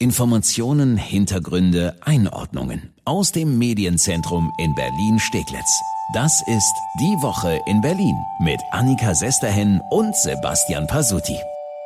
Informationen, Hintergründe, Einordnungen aus dem Medienzentrum in Berlin-Steglitz. Das ist Die Woche in Berlin mit Annika Sesterhen und Sebastian Pasuti.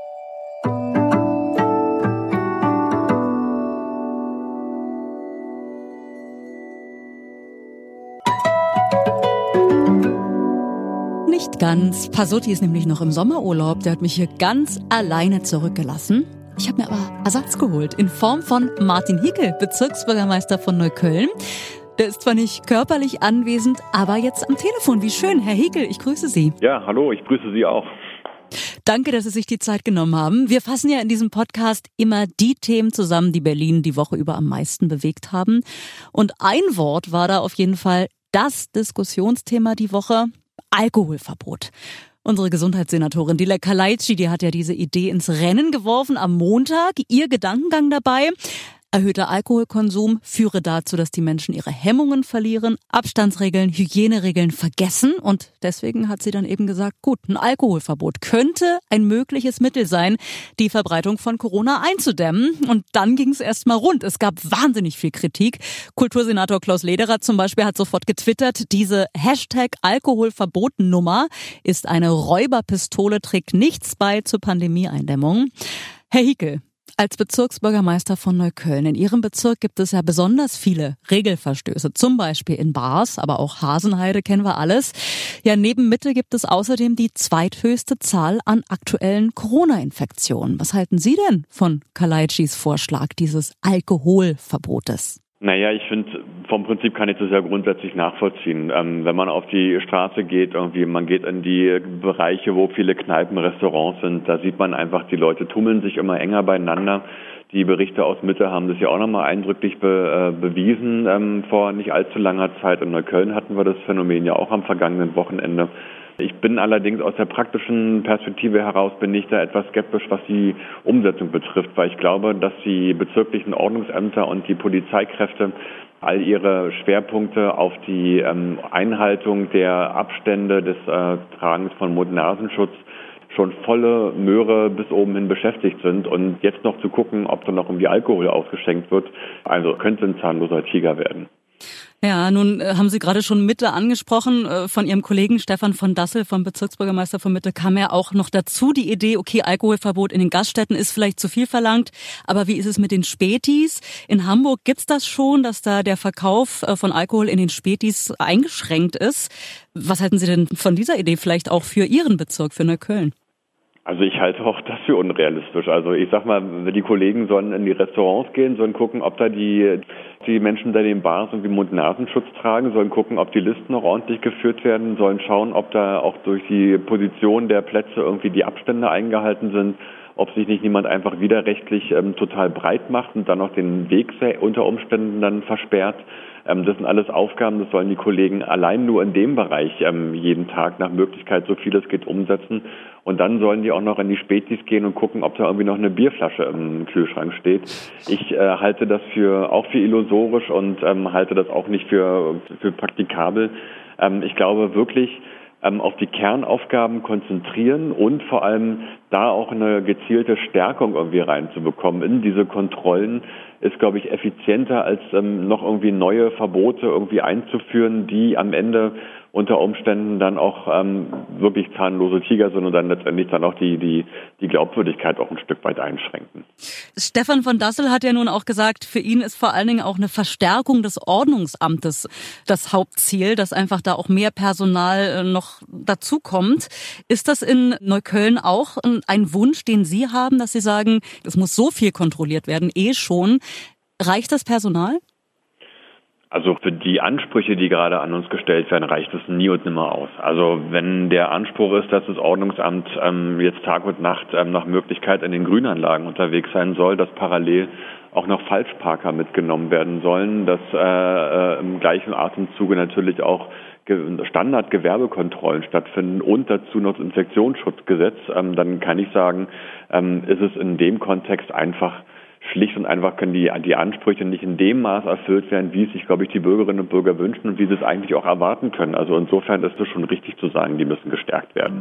Nicht ganz. Pasuti ist nämlich noch im Sommerurlaub. Der hat mich hier ganz alleine zurückgelassen. Ich habe mir aber Ersatz geholt in Form von Martin Hickel, Bezirksbürgermeister von Neukölln. Der ist zwar nicht körperlich anwesend, aber jetzt am Telefon. Wie schön, Herr Hickel, ich grüße Sie. Ja, hallo, ich grüße Sie auch. Danke, dass Sie sich die Zeit genommen haben. Wir fassen ja in diesem Podcast immer die Themen zusammen, die Berlin die Woche über am meisten bewegt haben. Und ein Wort war da auf jeden Fall das Diskussionsthema die Woche: Alkoholverbot. Unsere Gesundheitssenatorin Dilek Kaleitschi, die hat ja diese Idee ins Rennen geworfen am Montag. Ihr Gedankengang dabei: erhöhter Alkoholkonsum führe dazu, dass die Menschen ihre Hemmungen verlieren, Abstandsregeln, Hygieneregeln vergessen. Und deswegen hat sie dann eben gesagt, gut, ein Alkoholverbot könnte ein mögliches Mittel sein, die Verbreitung von Corona einzudämmen. Und dann ging es erst mal rund. Es gab wahnsinnig viel Kritik. Kultursenator Klaus Lederer zum Beispiel hat sofort getwittert, diese #Alkoholverbot-Nummer ist eine Räuberpistole, trägt nichts bei zur Pandemieeindämmung. Herr Hickel, als Bezirksbürgermeister von Neukölln, in Ihrem Bezirk gibt es ja besonders viele Regelverstöße, zum Beispiel in Bars, aber auch Hasenheide kennen wir alles. Ja, neben Mitte gibt es außerdem die zweithöchste Zahl an aktuellen Corona-Infektionen. Was halten Sie denn von Kaleitschis Vorschlag dieses Alkoholverbotes? Naja, ich finde, vom Prinzip kann ich das ja grundsätzlich nachvollziehen. Wenn man auf die Straße geht, man geht in die Bereiche, wo viele Kneipen, Restaurants sind, da sieht man einfach, die Leute tummeln sich immer enger beieinander. Die Berichte aus Mitte haben das ja auch nochmal eindrücklich bewiesen vor nicht allzu langer Zeit. In Neukölln hatten wir das Phänomen ja auch am vergangenen Wochenende. Ich bin allerdings aus der praktischen Perspektive heraus, bin ich da etwas skeptisch, was die Umsetzung betrifft, weil ich glaube, dass die bezirklichen Ordnungsämter und die Polizeikräfte all ihre Schwerpunkte auf die Einhaltung der Abstände des Tragens von Mund-Nasenschutz schon volle Möhre bis oben hin beschäftigt sind, und jetzt noch zu gucken, ob da noch irgendwie Alkohol ausgeschenkt wird, also könnte ein zahnloser Tiger werden. Ja, nun haben Sie gerade schon Mitte angesprochen. Von Ihrem Kollegen Stefan von Dassel, vom Bezirksbürgermeister von Mitte, kam ja auch noch dazu die Idee, okay, Alkoholverbot in den Gaststätten ist vielleicht zu viel verlangt, aber wie ist es mit den Spätis? In Hamburg gibt's das schon, dass da der Verkauf von Alkohol in den Spätis eingeschränkt ist. Was halten Sie denn von dieser Idee vielleicht auch für Ihren Bezirk, für Neukölln? Also ich halte auch das für unrealistisch. Also ich sag mal, die Kollegen sollen in die Restaurants gehen, sollen gucken, ob da die Menschen da in den Bars irgendwie Mund-Nasenschutz tragen, sollen gucken, ob die Listen noch ordentlich geführt werden, sollen schauen, ob da auch durch die Position der Plätze irgendwie die Abstände eingehalten sind, ob sich nicht jemand einfach widerrechtlich total breit macht und dann noch den Weg unter Umständen dann versperrt. Das sind alles Aufgaben, das sollen die Kollegen allein nur in dem Bereich jeden Tag nach Möglichkeit, so viel es geht, umsetzen. Und dann sollen die auch noch in die Spätis gehen und gucken, ob da irgendwie noch eine Bierflasche im Kühlschrank steht. Ich halte das auch für illusorisch und halte das auch nicht für praktikabel. Ich glaube wirklich, auf die Kernaufgaben konzentrieren und vor allem da auch eine gezielte Stärkung irgendwie reinzubekommen in diese Kontrollen ist, glaube ich, effizienter, als noch irgendwie neue Verbote irgendwie einzuführen, die am Ende unter Umständen dann auch wirklich zahnlose Tiger sind und dann letztendlich dann auch die Glaubwürdigkeit auch ein Stück weit einschränken. Stefan von Dassel hat ja nun auch gesagt, für ihn ist vor allen Dingen auch eine Verstärkung des Ordnungsamtes das Hauptziel, dass einfach da auch mehr Personal noch dazukommt. Ist das in Neukölln auch ein Wunsch, den Sie haben, dass Sie sagen, es muss so viel kontrolliert werden, schon? Reicht das Personal? Also für die Ansprüche, die gerade an uns gestellt werden, reicht es nie und nimmer aus. Also wenn der Anspruch ist, dass das Ordnungsamt jetzt Tag und Nacht nach Möglichkeit in den Grünanlagen unterwegs sein soll, dass parallel auch noch Falschparker mitgenommen werden sollen, dass im gleichen Atemzuge natürlich auch Standardgewerbekontrollen stattfinden und dazu noch das Infektionsschutzgesetz, dann kann ich sagen, ist es in dem Kontext einfach schlicht und einfach können die Ansprüche nicht in dem Maß erfüllt werden, wie es sich, glaube ich, die Bürgerinnen und Bürger wünschen und wie sie es eigentlich auch erwarten können. Also insofern ist es schon richtig zu sagen, die müssen gestärkt werden.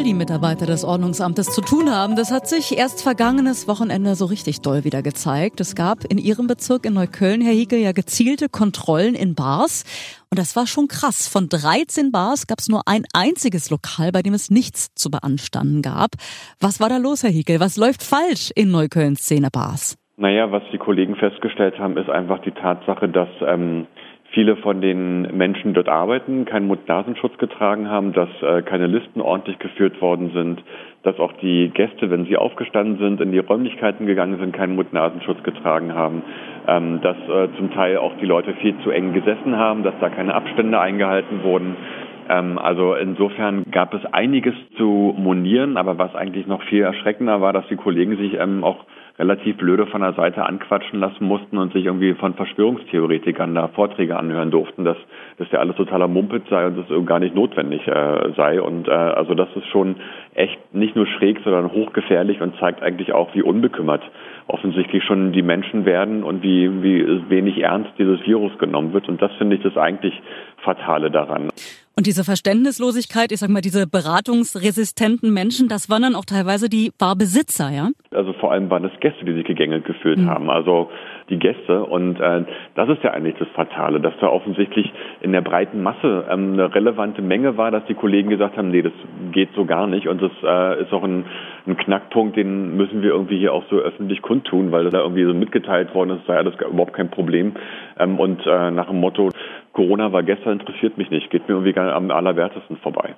die Mitarbeiter des Ordnungsamtes zu tun haben, das hat sich erst vergangenes Wochenende so richtig doll wieder gezeigt. Es gab in Ihrem Bezirk in Neukölln, Herr Hickel, ja gezielte Kontrollen in Bars. Und das war schon krass. Von 13 Bars gab es nur ein einziges Lokal, bei dem es nichts zu beanstanden gab. Was war da los, Herr Hickel? Was läuft falsch in Neuköllns Szene-Bars? Naja, was die Kollegen festgestellt haben, ist einfach die Tatsache, dass viele von den Menschen dort arbeiten, keinen Mund-Nasenschutz getragen haben, dass keine Listen ordentlich geführt worden sind, dass auch die Gäste, wenn sie aufgestanden sind, in die Räumlichkeiten gegangen sind, keinen Mund-Nasenschutz getragen haben, dass zum Teil auch die Leute viel zu eng gesessen haben, dass da keine Abstände eingehalten wurden. Also insofern gab es einiges zu monieren, aber was eigentlich noch viel erschreckender war, dass die Kollegen sich auch relativ blöde von der Seite anquatschen lassen mussten und sich irgendwie von Verschwörungstheoretikern da Vorträge anhören durften, dass das ja alles totaler Mumpitz sei und das gar nicht notwendig sei. Und also das ist schon echt nicht nur schräg, sondern hochgefährlich und zeigt eigentlich auch, wie unbekümmert offensichtlich schon die Menschen werden und wie wenig ernst dieses Virus genommen wird. Und das finde ich das eigentlich Fatale daran. Und diese Verständnislosigkeit, ich sag mal, diese beratungsresistenten Menschen, das waren dann auch teilweise die Barbesitzer, ja? Also vor allem waren es Gäste, die sich gegängelt gefühlt haben, also die Gäste. Und das ist ja eigentlich das Fatale, dass da offensichtlich in der breiten Masse eine relevante Menge war, dass die Kollegen gesagt haben, nee, das geht so gar nicht. Und das ist auch ein Knackpunkt, den müssen wir irgendwie hier auch so öffentlich kundtun, weil da irgendwie so mitgeteilt worden ist, sei alles überhaupt kein Problem. Und nach dem Motto, Corona war gestern, interessiert mich nicht, geht mir irgendwie am allerwertesten vorbei.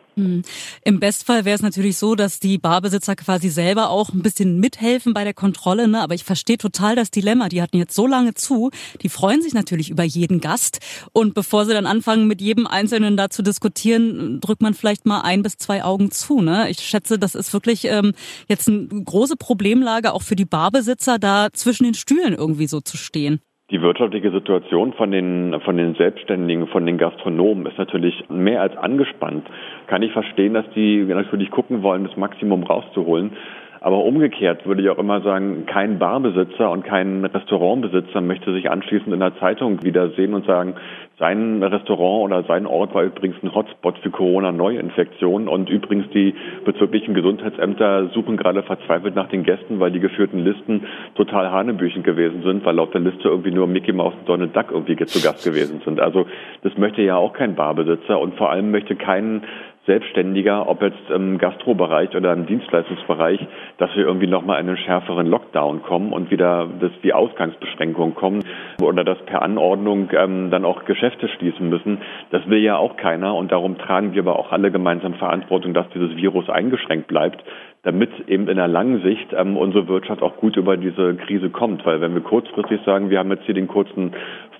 Im Bestfall wäre es natürlich so, dass die Barbesitzer quasi selber auch ein bisschen mithelfen bei der Kontrolle, ne? Aber ich verstehe total das Dilemma. Die hatten jetzt so lange zu, die freuen sich natürlich über jeden Gast. Und bevor sie dann anfangen, mit jedem Einzelnen da zu diskutieren, drückt man vielleicht mal 1 bis 2 Augen zu, ne? Ich schätze, das ist wirklich jetzt eine große Problemlage auch für die Barbesitzer, da zwischen den Stühlen irgendwie so zu stehen. Die wirtschaftliche Situation von den Selbstständigen, von den Gastronomen ist natürlich mehr als angespannt. Kann ich verstehen, dass die natürlich gucken wollen, das Maximum rauszuholen. Aber umgekehrt würde ich auch immer sagen, kein Barbesitzer und kein Restaurantbesitzer möchte sich anschließend in der Zeitung wiedersehen und sagen, sein Restaurant oder sein Ort war übrigens ein Hotspot für Corona-Neuinfektionen und übrigens die bezirklichen Gesundheitsämter suchen gerade verzweifelt nach den Gästen, weil die geführten Listen total hanebüchen gewesen sind, weil laut der Liste irgendwie nur Mickey Mouse und Donald Duck irgendwie zu Gast gewesen sind. Also das möchte ja auch kein Barbesitzer und vor allem möchte kein Selbstständiger, ob jetzt im Gastrobereich oder im Dienstleistungsbereich, dass wir irgendwie nochmal in einen schärferen Lockdown kommen und wieder die Ausgangsbeschränkungen kommen oder dass per Anordnung dann auch Geschäfte schließen müssen. Das will ja auch keiner und darum tragen wir aber auch alle gemeinsam Verantwortung, dass dieses Virus eingeschränkt bleibt, damit eben in der langen Sicht unsere Wirtschaft auch gut über diese Krise kommt. Weil wenn wir kurzfristig sagen, wir haben jetzt hier den kurzen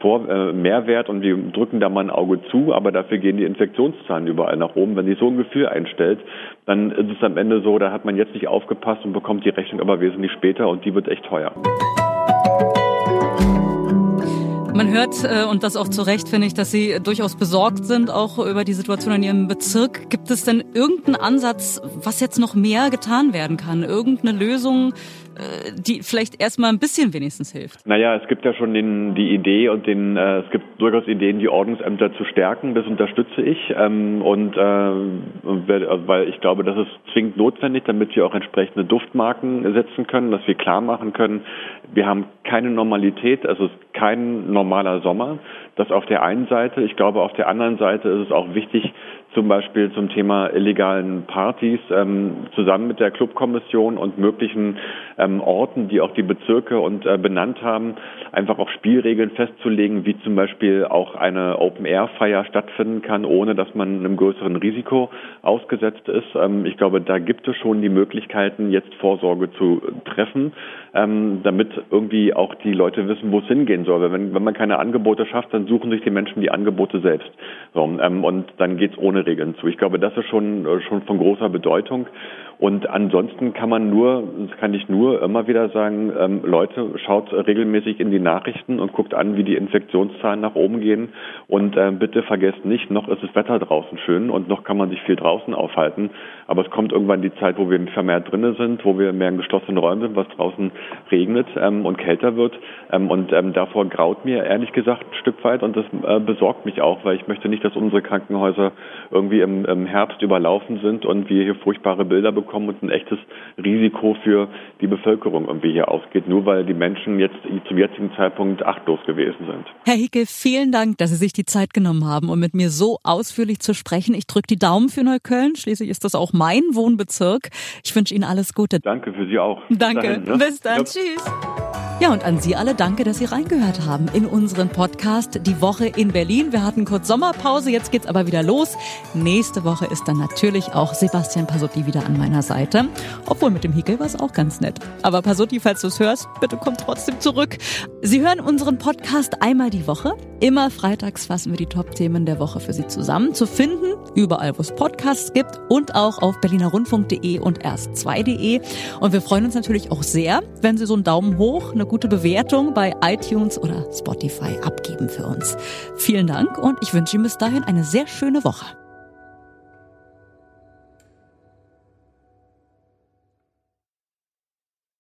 Mehrwert und wir drücken da mal ein Auge zu, aber dafür gehen die Infektionszahlen überall nach oben. Wenn sich so ein Gefühl einstellt, dann ist es am Ende so, da hat man jetzt nicht aufgepasst und bekommt die Rechnung aber wesentlich später und die wird echt teuer. Man hört, und das auch zu Recht, finde ich, dass Sie durchaus besorgt sind, auch über die Situation in Ihrem Bezirk. Gibt es denn irgendeinen Ansatz, was jetzt noch mehr getan werden kann? Irgendeine Lösung, die vielleicht erstmal ein bisschen wenigstens hilft? Naja, es gibt ja schon die Idee und es gibt durchaus Ideen, die Ordnungsämter zu stärken. Das unterstütze ich. Weil ich glaube, das ist zwingend notwendig, damit wir auch entsprechende Duftmarken setzen können, dass wir klar machen können, wir haben keine Normalität, also es ist kein normaler Sommer. Das auf der einen Seite. Ich glaube, auf der anderen Seite ist es auch wichtig, zum Beispiel zum Thema illegalen Partys zusammen mit der Clubkommission und möglichen Orten, die auch die Bezirke benannt haben, einfach auch Spielregeln festzulegen, wie zum Beispiel auch eine Open-Air-Feier stattfinden kann, ohne dass man einem größeren Risiko ausgesetzt ist. Ich glaube, da gibt es schon die Möglichkeiten, jetzt Vorsorge zu treffen, damit irgendwie auch die Leute wissen, wo es hingehen soll. Weil wenn man keine Angebote schafft, dann suchen sich die Menschen die Angebote selbst. So, und dann geht's ohne Regeln zu. Ich glaube, das ist schon von großer Bedeutung. Und ansonsten kann ich nur immer wieder sagen, Leute, schaut regelmäßig in die Nachrichten und guckt an, wie die Infektionszahlen nach oben gehen. Und bitte vergesst nicht, noch ist das Wetter draußen schön und noch kann man sich viel draußen aufhalten. Aber es kommt irgendwann die Zeit, wo wir vermehrt drinnen sind, wo wir mehr in geschlossenen Räumen sind, was draußen regnet und kälter wird. Und davor graut mir ehrlich gesagt ein Stück weit und das besorgt mich auch, weil ich möchte nicht, dass unsere Krankenhäuser irgendwie im Herbst überlaufen sind und wir hier furchtbare Bilder bekommen und ein echtes Risiko für die Bevölkerung irgendwie hier ausgeht, nur weil die Menschen jetzt zum jetzigen Zeitpunkt achtlos gewesen sind. Herr Hickel, vielen Dank, dass Sie sich die Zeit genommen haben, um mit mir so ausführlich zu sprechen. Ich drücke die Daumen für Neukölln. Schließlich ist das auch mein Wohnbezirk. Ich wünsche Ihnen alles Gute. Danke für Sie auch. Danke. Bis dann. Tschüss. Ja, und an Sie alle danke, dass Sie reingehört haben in unseren Podcast Die Woche in Berlin. Wir hatten kurz Sommerpause, jetzt geht's aber wieder los. Nächste Woche ist dann natürlich auch Sebastian Pasotti wieder an meiner Seite. Obwohl mit dem Hickel war es auch ganz nett. Aber Pasotti, falls du es hörst, bitte komm trotzdem zurück. Sie hören unseren Podcast einmal die Woche. Immer freitags fassen wir die Top-Themen der Woche für Sie zusammen. Zu finden überall, wo es Podcasts gibt und auch auf berlinerrundfunk.de und erst2.de. Und wir freuen uns natürlich auch sehr, wenn Sie so einen Daumen hoch, eine gute Bewertung bei iTunes oder Spotify abgeben für uns. Vielen Dank und ich wünsche Ihnen bis dahin eine sehr schöne Woche.